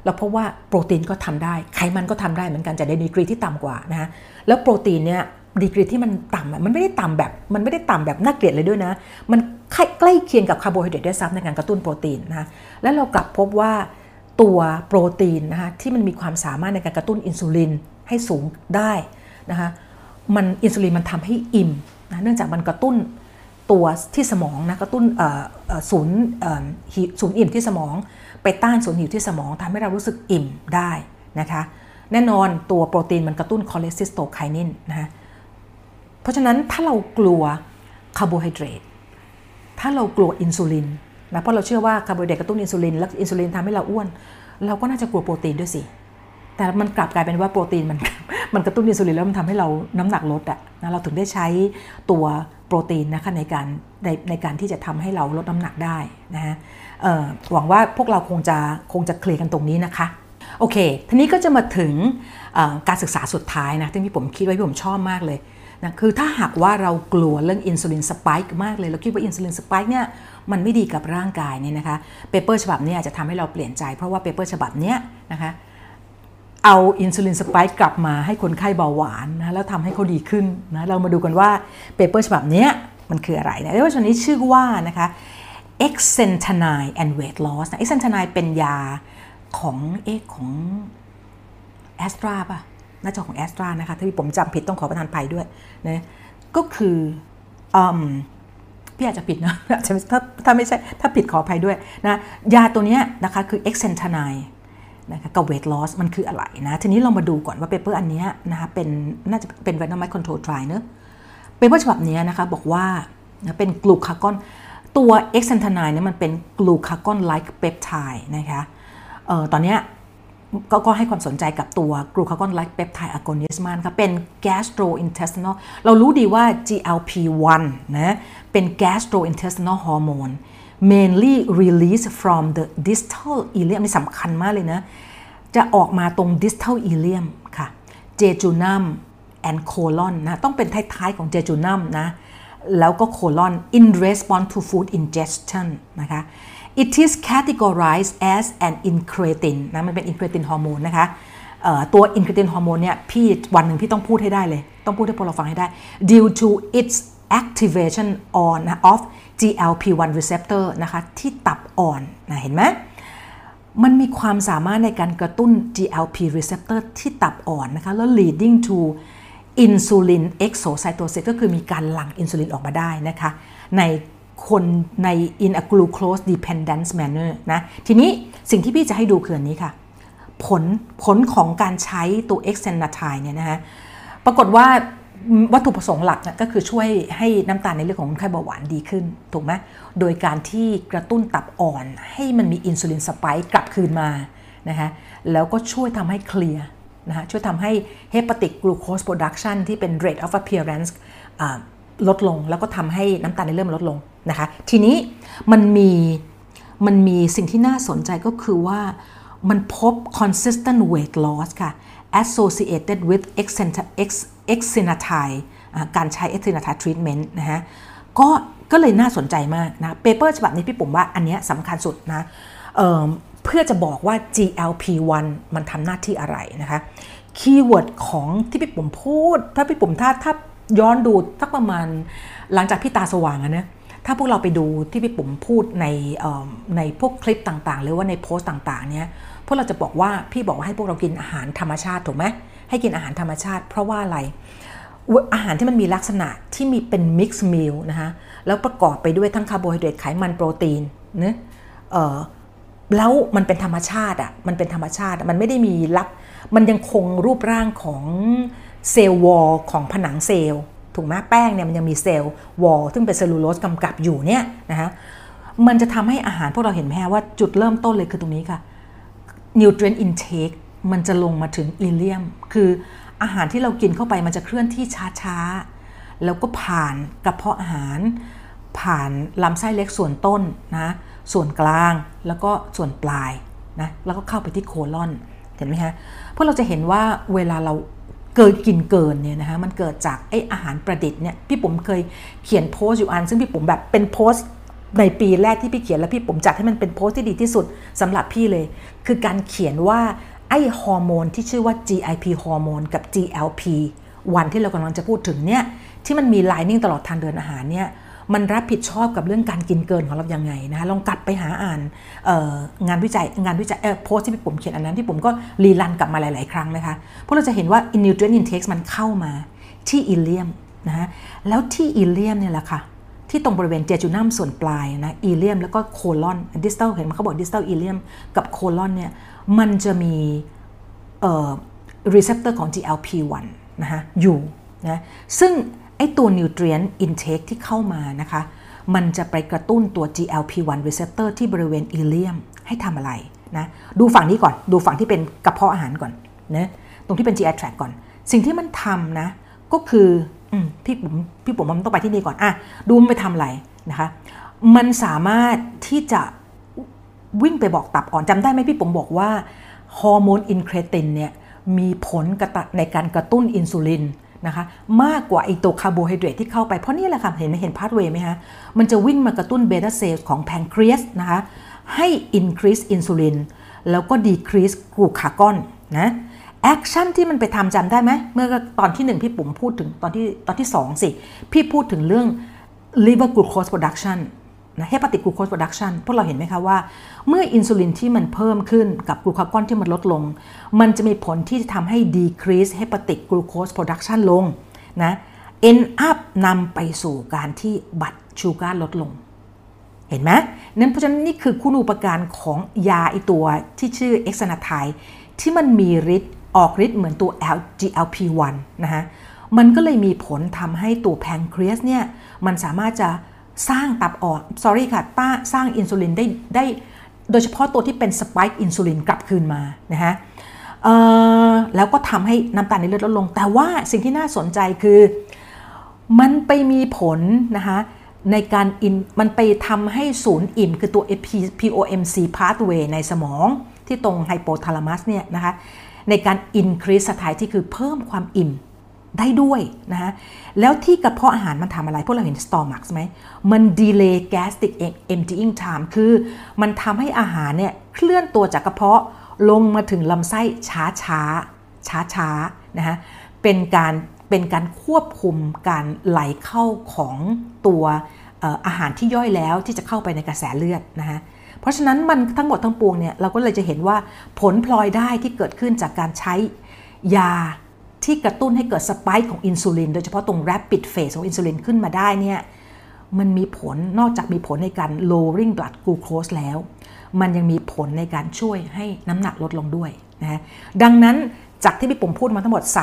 เราพบว่าโปรตีนก็ทำได้ไขมันก็ทำได้เหมือนกันแต่ในดีกรีที่ต่ำกว่านะฮะแล้วโปรตีนเนี่ยดีกรีที่มันต่ำมันไม่ได้ต่ำแบบน่าเกลียดเลยด้วยนะมันใกล้เคียงกับคาร์โบไฮเดรตด้วยซ้ำในการกระตุ้นโปรตีนนะแล้วเรากลับพบว่าตัวโปรตีนนะคะที่มันมีความสามารถในการกระตุ้นอินซูลินให้สูงได้นะคะมันอินซูลินมันทำให้อิ่มนะเนื่องจากมันกระตุ้นตัวที่สมองนะกระตุ้นศูนย์อิ่มที่สมองไปต้านศูนย์หิวที่สมองทำให้เรารู้สึกอิ่มได้นะคะแน่นอนตัวโปรตีนมันกระตุ้นคอเลสเตอรอลไคนินนะคะเพราะฉะนั้นถ้าเรากลัวคาร์โบไฮเดรตถ้าเรากลัวอินซูลินนะเพราะเราเชื่อว่าคาร์โบไฮเดรตกระตุ้นอินซูลินแล้วอินซูลินทำให้เราอ้วนเราก็น่าจะกลัวโปรตีนด้วยสิแต่มันกลับกลายเป็นว่าโปรตีนมันกระตุ้นอินซูลินแล้วมันทำให้เราน้ำหนักลดอะนะเราถึงได้ใช้ตัวโปรตีนนะคะในการที่จะทำให้เราลดน้ำหนักได้นะฮะหวังว่าพวกเราคงจะเคลียร์กันตรงนี้นะคะโอเคทีนี้ก็จะมาถึงการศึกษาสุดท้ายนะที่ผมคิดไว้ผมชอบมากเลยนะคือถ้าหากว่าเรากลัวเรื่องอินซูลินสปายค์มากเลยเราคิดว่าอินซูลินสปายค์เนี่ยมันไม่ดีกับร่างกายเนี่ยนะคะเปเปอร์ฉบับนี้จะทำให้เราเปลี่ยนใจเพราะว่าเปเปอร์ฉบับนี้นะคะเอาอินซูลินสปายค์กลับมาให้คนไข้เบาหวานนะแล้วทำให้เขาดีขึ้นนะเรามาดูกันว่าเปเปอร์ฉบับนี้มันคืออะไรนะเปเปอร์ฉบับนี้ชื่อว่านะคะ Exentanide and Weight Loss นะ Exentanide เป็นยาของแอสตราป่ะน่าจะของแอสตรานะคะถ้าผมจำผิดต้องขอประทานอภัยด้วยนะก็คือพี่อาจจะผิดนะถ้าไม่ใช่ถ้าผิดขออภัยด้วยนะยาตัวนี้นะคะคือ Exentanide นะคะกับ weight loss มันคืออะไรนะทีนี้เรามาดูก่อนว่าเปเปอร์อันนี้นะคะน่าจะเป็น randomized control trial เนอะเปเปอร์ฉบับนี้นะคะบอกว่าเป็นกลูคากอนตัว Exentanide เนี่ยมันเป็นกลูคากอน like peptide นะคะตอนนี้ก็ให้ความสนใจกับตัวกลูคากอน like peptide agonist มากค่ะเป็น gastrointestinal เรารู้ดีว่า GLP-1 นะเป็น gastrointestinal hormone mainly released from the distal ileum นี่สำคัญมากเลยนะจะออกมาตรง distal ileum ค่ะ jejunum and colon นะต้องเป็นท้ายๆของ jejunum นะแล้วก็ colon in response to food ingestion นะคะ It is categorized as an incretin นะมันเป็น incretin hormone นะคะตัว incretin hormone เนี่ยพี่วันหนึ่งพี่ต้องพูดให้ได้เลยต้องพูดให้พวกเราฟังให้ได้ due to its activation of GLP-1 receptor นะคะที่ตับอ่อนนะเห็นไหมมันมีความสามารถในการกระตุ้น GLP receptor ที่ตับอ่อนนะคะแล้ว leading to insulin exocytosis ก็คือมีการหลั่งอินซูลินออกมาได้นะคะในคนใน in a glucose dependence manner นะทีนี้สิ่งที่พี่จะให้ดูคืออันนี้ค่ะผลของการใช้ตัว Exenatide เนี่ยนะคะปรากฏว่าวัตถุประสงค์หลักนะก็คือช่วยให้น้ำตาลในเลือดของคนไข้เบาหวานดีขึ้นถูกไหมโดยการที่กระตุ้นตับอ่อนให้มันมีอินซูลินสไปค์กลับคืนมานะคะแล้วก็ช่วยทำให้เคลียร์นะคะช่วยทำให้ hepatic glucose production ที่เป็น rate of appearance ลดลงแล้วก็ทำให้น้ำตาลในเลือดลดลงนะคะทีนี้มันมีสิ่งที่น่าสนใจก็คือว่ามันพบ consistent weight loss ค่ะ associated with Exenatide การใช้ Exenatide treatment นะฮะก็เลยน่าสนใจมากนะเปเปอร์ฉบับนี้พี่ปุ๋มว่าอันนี้สำคัญสุดนะเพื่อจะบอกว่า GLP-1 มันทำหน้าที่อะไรนะคะคีย์เวิร์ดของที่พี่ปุ๋มพูดถ้าพี่ปุ๋มถ้าย้อนดูสักประมาณหลังจากพี่ตาสว่างนะถ้าพวกเราไปดูที่พี่ปุ๋มพูดในพวกคลิปต่างๆหรือว่าในโพสต์ต่างๆเนี่ยพวกเราจะบอกว่าพี่บอกว่าให้พวกเรากินอาหารธรรมชาติถูกไหมให้กินอาหารธรรมชาติเพราะว่าอะไรอาหารที่มันมีลักษณะที่มีเป็น mix meal นะคะแล้วประกอบไปด้วยทั้งคาร์โบไฮเดรตไขมันโปรตีนนะแล้วมันเป็นธรรมชาติมันเป็นธรรมชาติมันไม่ได้มีมันยังคงรูปร่างของเซลล์วอลของผนังเซลล์ถูกไหมแป้งเนี่ยมันยังมีเซลล์วอลซึ่งเป็นเซลลูโลสกำกับอยู่เนี่ยนะคะมันจะทำให้อาหารพวกเราเห็นไหมว่าจุดเริ่มต้นเลยคือตรงนี้ค่ะ nutrient intake มันจะลงมาถึงอิเลียมคืออาหารที่เรากินเข้าไปมันจะเคลื่อนที่ช้าๆแล้วก็ผ่านกระเพาะอาหารผ่านลำไส้เล็กส่วนต้นนะส่วนกลางแล้วก็ส่วนปลายนะแล้วก็เข้าไปที่โคลอนเห็นไหมคะเพราะเราจะเห็นว่าเวลาเรากินเกินเนี่ยนะคะมันเกิดจากอาหารประดิษฐ์เนี่ยพี่ปุ๋มเคยเขียนโพสต์อยู่อันซึ่งพี่ปุ๋มแบบเป็นโพสต์ในปีแรกที่พี่เขียนแล้วพี่ผมจัดให้มันเป็นโพสต์ที่ดีที่สุดสำหรับพี่เลยคือการเขียนว่าไอ้ฮอร์โมนที่ชื่อว่า GIP ฮอร์โมนกับ GLP-1 ที่เรากำลังจะพูดถึงเนี่ยที่มันมีไลนิ่งตลอดทางเดินอาหารเนี่ยมันรับผิดชอบกับเรื่องการกินเกินของเรายังไงนะคะลองกลับไปหาอ่านงานวิจัยโพสต์ที่พี่ผมเขียนอันนั้นที่ผมก็รีรันกลับมาหลายๆครั้งนะคะเพราะเราจะเห็นว่า nutrient intake มันเข้ามาที่อิเลียมนะฮะแล้วที่อิเลียมเนี่ยแหละค่ะที่ตรงบริเวณเจจูนัมส่วนปลายนะอิเลียมแล้วก็โคลอนดิสตัลเห็นมั้ยเขาบอกดิสตัลอิเลียมกับโคลอนเนี่ยมันจะมีรีเซพเตอร์ของ GLP-1 นะฮะอยู่นะซึ่งไอตัว nutrient intake ที่เข้ามานะคะมันจะไปกระตุ้นตัว GLP-1 receptor ที่บริเวณอิเลียมให้ทำอะไรนะดูฝั่งนี้ก่อนดูฝั่งที่เป็นกระเพาะอาหารก่อนนะตรงที่เป็น GI tract ก่อนสิ่งที่มันทำนะก็คือพี่ผมมันต้องไปที่นี่ก่อนดูมันไปทำอะไรนะคะมันสามารถที่จะวิ่งไปบอกตับอ่อนจำได้ไหมพี่ผมบอกว่าฮอร์โมนอินเครตินเนี่ยมีผลในการกระตุ้นอินซูลินนะคะมากกว่าไอตัวคาร์โบไฮเดรตที่เข้าไปเพราะนี่แหละค่ะเห็นพาธเวย์ไหมคะมันจะวิ่งมากระตุ้นเบต้าเซลล์ของแพนครีสนะคะให้ increase อินซูลินแล้วก็ decrease กลูคากอนนะแอคชั่นที่มันไปทำจำได้ไหมเมื่อตอนที่1พี่ปุ๋มพูดถึงตอนที่2สิพี่พูดถึงเรื่อง liver glucose production นะ hepatic glucose production พวกเราเห็นไหมคะว่าเมื่ออินซูลินที่มันเพิ่มขึ้นกับกลูคากอนที่มันลดลงมันจะมีผลที่จะทำให้ decrease hepatic glucose production ลงนะ end up นำไปสู่การที่บัตรชูการ์ลดลงเห็นไหมนั้นเพราะฉะนั้นนี่คือคุณูปการของยาไอตัวที่ชื่อเอ็กซานาไทที่มันมีฤทธิ์ออกฤทธิ์เหมือนตัว GLP-1 นะฮะมันก็เลยมีผลทำให้ตัวแพนครีสเนี่ยมันสามารถจะสร้างตับอ่อนสร้างอินซูลินได้โดยเฉพาะตัวที่เป็นสไปค์อินซูลินกลับคืนมานะฮะแล้วก็ทำให้น้ำตาลในเลือดลดลงแต่ว่าสิ่งที่น่าสนใจคือมันไปมีผลนะคะในการมันไปทำให้ศูนย์อิ่มคือตัว POMC pathway ในสมองที่ตรงไฮโปทาลามัสเนี่ยนะคะในการ increase satiety คือเพิ่มความอิ่มได้ด้วยนะคะแล้วที่กระเพาะอาหารมันทำอะไรพวกเราเห็น stomach ไหมมัน delay gastric emptying time คือมันทำให้อาหารเนี่ยเคลื่อนตัวจากกระเพาะลงมาถึงลำไส้ช้านะคะเป็นการควบคุมการไหลเข้าของตัวอาหารที่ย่อยแล้วที่จะเข้าไปในกระแสเลือดนะคะเพราะฉะนั้นมันทั้งหมดทั้งปวงเนี่ยเราก็เลยจะเห็นว่าผลพลอยได้ที่เกิดขึ้นจากการใช้ยาที่กระตุ้นให้เกิดสไปค์ของอินซูลินโดยเฉพาะตรง rapid phase ของอินซูลินขึ้นมาได้เนี่ยมันมีผลนอกจากมีผลในการ lowering blood glucose แล้วมันยังมีผลในการช่วยให้น้ำหนักลดลงด้วยนะดังนั้นจากที่พี่ผมพูดมาทั้งหมด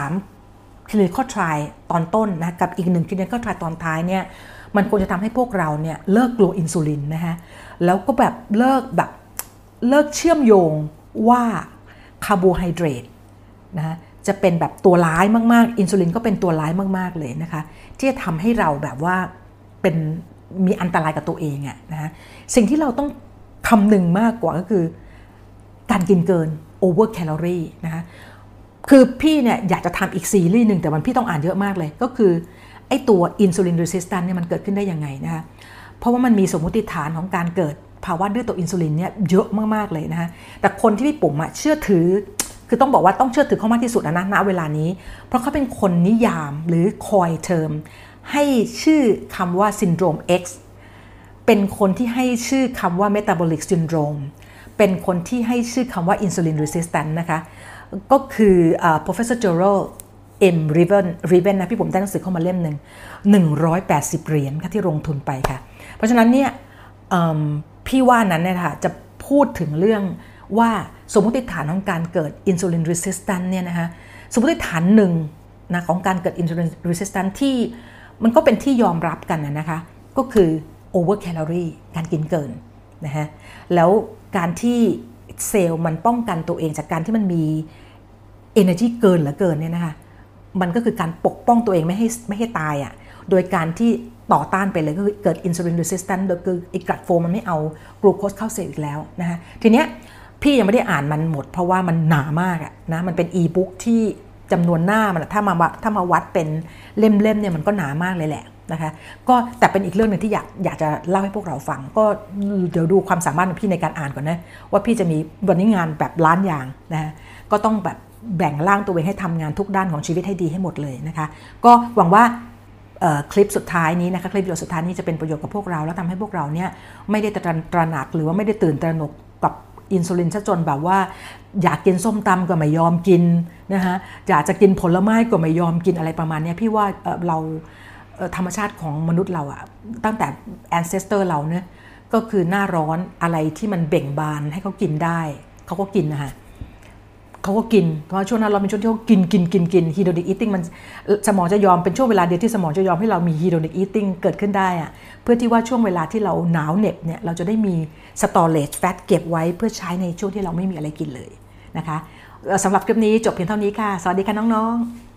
3 clinical trial ตอนต้นนะกับอีก1 clinical trial ตอนท้ายเนี่ยมันควรจะทำให้พวกเราเนี่ยเลิกกลัวอินซูลินนะคะแล้วก็แบบเลิกเชื่อมโยงว่าคาร์โบไฮเดรตนะคะจะเป็นแบบตัวร้ายมากๆอินซูลินก็เป็นตัวร้ายมากๆเลยนะคะที่จะทำให้เราแบบว่ามีอันตรายกับตัวเองนะคะสิ่งที่เราต้องคำนึงมากกว่าก็คือการกินเกิน over calorie นะคะคือพี่เนี่ยอยากจะทำอีกซีรีส์หนึ่งแต่พี่ต้องอ่านเยอะมากเลยก็คือไอตัวอินซูลินรีสิสแตนซ์เนี่ยมันเกิดขึ้นได้ยังไงนะคะเพราะว่ามันมีสมมติฐานของการเกิดภาวะดื้อต่ออินซูลินเนี่ยเยอะมากๆเลยนะคะแต่คนที่พี่ปุ๋มเชื่อถือคือต้องบอกว่าต้องเชื่อถือเขามากที่สุดนะณเวลานี้เพราะเขาเป็นคนนิยามหรือคอยเทอมให้ชื่อคำว่า Syndrome X เป็นคนที่ให้ชื่อคำว่า Metabolic Syndrome เป็นคนที่ให้ชื่อคำว่า Insulin Resistant นะคะก็คือProfessor Gerald M. Riven นะพี่ผมได้หนังสือเข้ามาเล่มหนึ่ง180 เหรียญค่ะที่ลงทุนไปค่ะเพราะฉะนั้นเนี่ยพี่ว่านั้นเนี่ยค่ะจะพูดถึงเรื่องว่าสมมติฐานของการเกิด Insulin Resistant เนี่ยนะคะสมมติฐานหนึ่งนะของการเกิด Insulin Resistant ที่มันก็เป็นที่ยอมรับกันนะคะก็คือ over calorie การกินเกินนะฮะแล้วการที่เซลล์มันป้องกันตัวเองจากการที่มันมี energy เกินเหลือเกินเนี่ยนะคะมันก็คือการปกป้องตัวเองไม่ให้ตายโดยการที่ต่อต้านไปเลยก็คือเกิด insulin resistant โดยคือไอ้กลัดโฟมมันไม่เอากลูโคสเข้าเซลล์อีกแล้วนะคะทีเนี้ยพี่ยังไม่ได้อ่านมันหมดเพราะว่ามันหนามากนะมันเป็นอีบุ๊กที่จำนวนหน้ามันถ้ามาวัดเป็นเล่มๆเนี่ยมันก็หนามากเลยแหละนะคะก็แต่เป็นอีกเรื่องหนึ่งที่อยากจะเล่าให้พวกเราฟังก็เดี๋ยวดูความสามารถของพี่ในการอ่านก่อนนะว่าพี่จะมีวันนี้งานแบบล้านอย่างนะก็ต้องแบบแบ่งร่างตัวเองให้ทำงานทุกด้านของชีวิตให้ดีให้หมดเลยนะคะก็หวังว่าคลิปสุดท้ายนี้นะคะคลิปวิดีโอสุดท้ายนี้จะเป็นประโยชน์กับพวกเราแล้วทำให้พวกเราเนี่ยไม่ได้ตระหนักหรือว่าไม่ได้ตื่นตระหนกกับอินซูลินซะจนแบบว่าอยากกินส้มตำก็ไม่ยอมกินนะคะอยากจะกินผลไม้ก็ไม่ยอมกินอะไรประมาณนี้พี่ว่าเราธรรมชาติของมนุษย์เราอะตั้งแต่ ancestor เราเนี่ยก็คือหน้าร้อนอะไรที่มันเบ่งบานให้เขากินได้เขาก็กินนะคะเขาก็กินเพราะช่วงนั้นเราเป็นช่วงที่เขากินฮีโดนิกอีทติ้งมันสมองจะยอมเป็นช่วงเวลาเดียวที่สมองจะยอมให้เรามีฮีโดนิกอีทติ้งเกิดขึ้นได้อะเพื่อที่ว่าช่วงเวลาที่เราหนาวเหน็บเนี่ยเราจะได้มีสตอเรจแฟตเก็บไว้เพื่อใช้ในช่วงที่เราไม่มีอะไรกินเลยนะคะสำหรับคลิปนี้จบเพียงเท่านี้ค่ะสวัสดีค่ะน้องๆ